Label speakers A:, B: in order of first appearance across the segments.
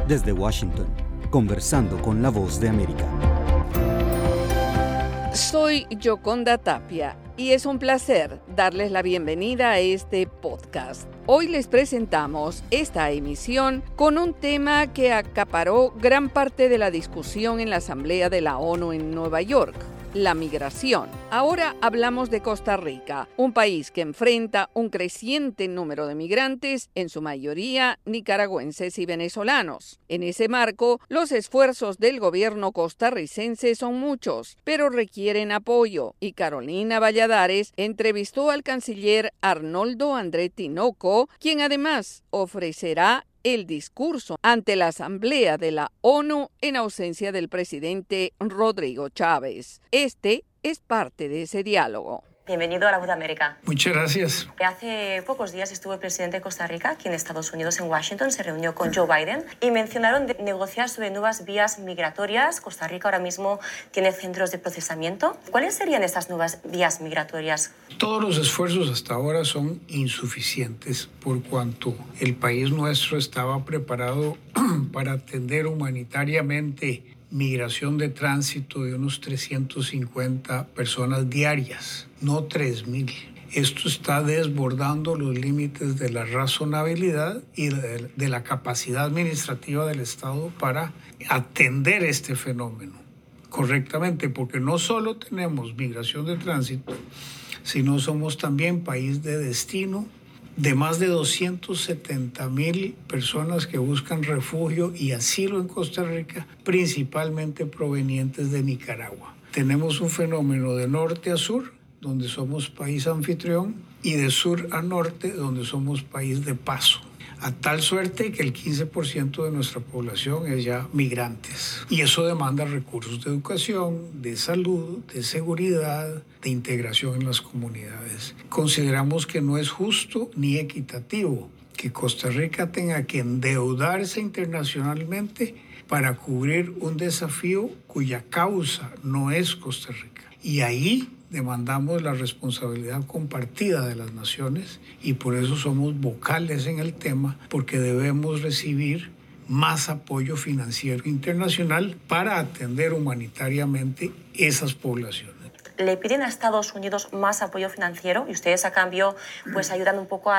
A: Desde Washington, conversando con la Voz de América.
B: Soy Yoconda Tapia y es un placer darles la bienvenida a este podcast. Hoy les presentamos esta emisión con un tema que acaparó gran parte de la discusión en la Asamblea de la ONU en Nueva York: la migración. Ahora hablamos de Costa Rica, un país que enfrenta un creciente número de migrantes, en su mayoría nicaragüenses y venezolanos. En ese marco, los esfuerzos del gobierno costarricense son muchos, pero requieren apoyo. Y Carolina Valladares entrevistó al canciller Arnoldo André Tinoco, quien además ofrecerá el discurso ante la Asamblea de la ONU en ausencia del presidente Rodrigo Chávez. Este es parte de ese diálogo.
C: Bienvenido a la Voz de América.
D: Muchas gracias.
C: Hace pocos días estuvo el presidente de Costa Rica aquí en Estados Unidos, en Washington. Se reunió con Joe Biden y mencionaron negociar sobre nuevas vías migratorias. Costa Rica ahora mismo tiene centros de procesamiento. ¿Cuáles serían estas nuevas vías migratorias?
D: Todos los esfuerzos hasta ahora son insuficientes por cuanto el país nuestro estaba preparado para atender humanitariamente migración de tránsito de unos 350 personas diarias, no 3,000. Esto está desbordando los límites de la razonabilidad y de la capacidad administrativa del Estado para atender este fenómeno correctamente, porque no solo tenemos migración de tránsito, sino somos también país de destino de más de 270,000 personas que buscan refugio y asilo en Costa Rica, principalmente provenientes de Nicaragua. Tenemos un fenómeno de norte a sur, donde somos país anfitrión, y de sur a norte, donde somos país de paso, a tal suerte que el 15% de nuestra población es ya migrantes. Y eso demanda recursos de educación, de salud, de seguridad, de integración en las comunidades. Consideramos que no es justo ni equitativo que Costa Rica tenga que endeudarse internacionalmente para cubrir un desafío cuya causa no es Costa Rica. Y ahí demandamos la responsabilidad compartida de las naciones y por eso somos vocales en el tema, porque debemos recibir más apoyo financiero internacional para atender humanitariamente esas poblaciones.
C: Le piden a Estados Unidos más apoyo financiero y ustedes a cambio pues ayudan un poco a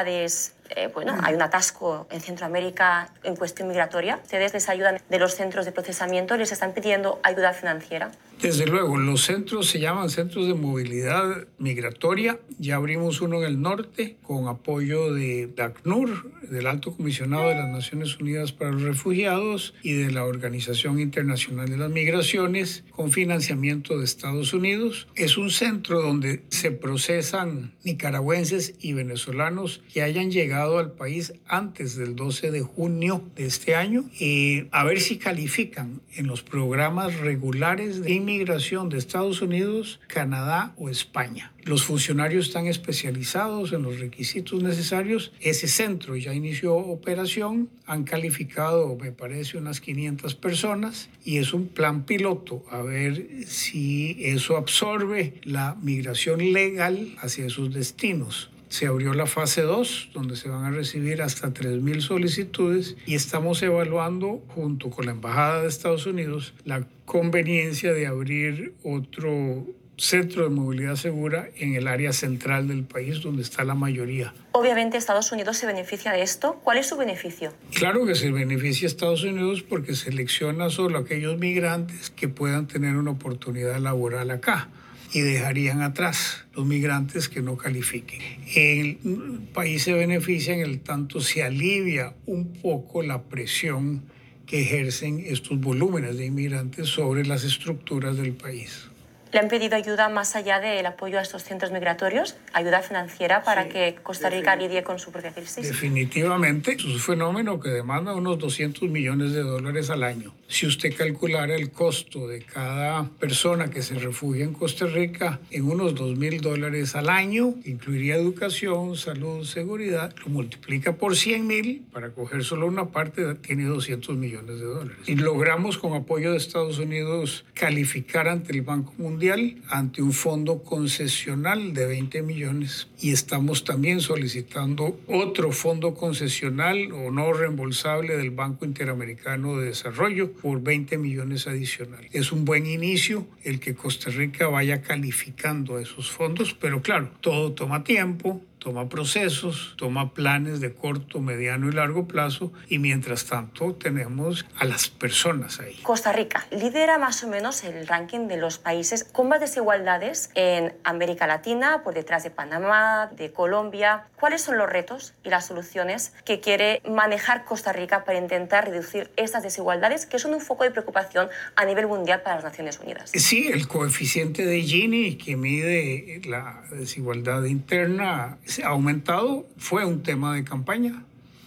C: hay un atasco en Centroamérica en cuestión migratoria. Ustedes les ayudan de los centros de procesamiento, les están pidiendo ayuda financiera.
D: Desde luego, los centros se llaman centros de movilidad migratoria. Ya abrimos uno en el norte con apoyo de ACNUR, del Alto Comisionado de las Naciones Unidas para los Refugiados y de la Organización Internacional de las Migraciones, con financiamiento de Estados Unidos. Es un centro donde se procesan nicaragüenses y venezolanos que hayan llegado al país antes del 12 de junio de este año, a ver si califican en los programas regulares de inmigración de Estados Unidos, Canadá o España. Los funcionarios están especializados en los requisitos necesarios. Ese centro ya inició operación, han calificado, me parece, unas 500 personas y es un plan piloto a ver si eso absorbe la migración legal hacia esos destinos. Se abrió la fase 2, donde se van a recibir hasta 3,000 solicitudes y estamos evaluando, junto con la Embajada de Estados Unidos, la conveniencia de abrir otro centro de movilidad segura en el área central del país, donde está la mayoría.
C: Obviamente Estados Unidos se beneficia de esto. ¿Cuál es su beneficio?
D: Claro que se beneficia a Estados Unidos porque selecciona solo aquellos migrantes que puedan tener una oportunidad laboral acá y dejarían atrás los migrantes que no califiquen. El país se beneficia en el tanto se alivia un poco la presión que ejercen estos volúmenes de inmigrantes sobre las estructuras del país.
C: ¿Le han pedido ayuda más allá del apoyo a estos centros migratorios? ¿Ayuda financiera para que Costa Rica lidie con su propia crisis?
D: Definitivamente. Es un fenómeno que demanda unos $200 millones al año. Si usted calculara el costo de cada persona que se refugia en Costa Rica en unos $2,000 al año, incluiría educación, salud, seguridad, lo multiplica por 100,000, para coger solo una parte, tiene $200 millones. Y logramos, con apoyo de Estados Unidos, calificar ante el Banco Mundial mundial ante un fondo concesional de 20 millones y estamos también solicitando otro fondo concesional o no reembolsable del Banco Interamericano de Desarrollo por 20 millones adicionales. Es un buen inicio el que Costa Rica vaya calificando esos fondos, pero claro, todo toma tiempo, toma procesos, toma planes de corto, mediano y largo plazo y mientras tanto tenemos a las personas ahí.
C: Costa Rica lidera más o menos el ranking de los países con más desigualdades en América Latina, por detrás de Panamá, de Colombia. ¿Cuáles son los retos y las soluciones que quiere manejar Costa Rica para intentar reducir estas desigualdades que son un foco de preocupación a nivel mundial para las Naciones Unidas?
D: Sí, el coeficiente de Gini que mide la desigualdad interna ha aumentado, fue un tema de campaña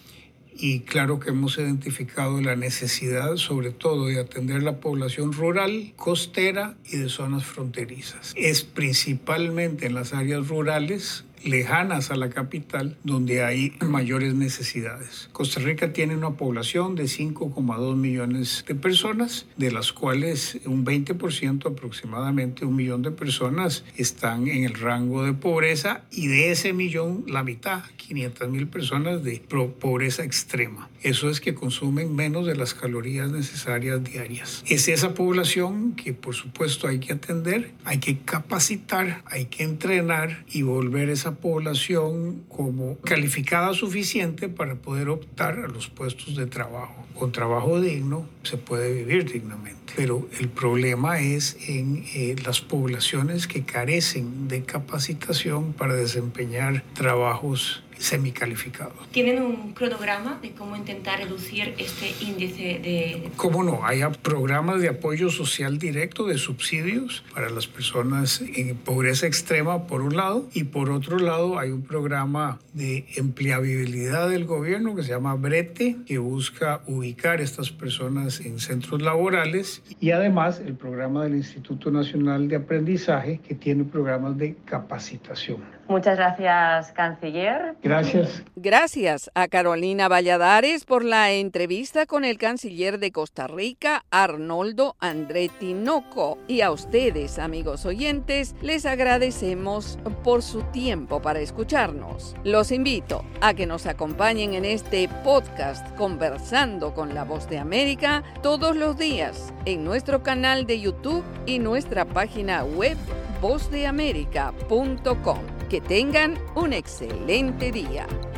D: y claro que hemos identificado la necesidad sobre todo de atender la población rural, costera y de zonas fronterizas. Es principalmente en las áreas rurales lejanas a la capital donde hay mayores necesidades. Costa Rica tiene una población de 5,2 millones de personas, de las cuales un 20%, aproximadamente 1 millón de personas, están en el rango de pobreza y de ese millón, la mitad, 500,000 personas de pobreza extrema. Eso es que consumen menos de las calorías necesarias diarias. Es esa población que por supuesto hay que atender, hay que capacitar, hay que entrenar y volver esa población como calificada suficiente para poder optar a los puestos de trabajo. Con trabajo digno se puede vivir dignamente, pero el problema es en las poblaciones que carecen de capacitación para desempeñar trabajos semicalificados.
C: ¿Tienen un cronograma de cómo intentar reducir este índice de...?
D: ¿Cómo no? Hay programas de apoyo social directo, de subsidios para las personas en pobreza extrema por un lado y por otro lado hay un programa de empleabilidad del gobierno que se llama Brete, que busca ubicar a estas personas en centros laborales y además el programa del Instituto Nacional de Aprendizaje que tiene programas de capacitación.
C: Muchas gracias, canciller.
D: Gracias.
B: Gracias a Carolina Valladares por la entrevista con el canciller de Costa Rica, Arnoldo André Tinoco. Y a ustedes, amigos oyentes, les agradecemos por su tiempo para escucharnos. Los invito a que nos acompañen en este podcast Conversando con la Voz de América todos los días en nuestro canal de YouTube y nuestra página web vozdeamerica.com. Que tengan un excelente día.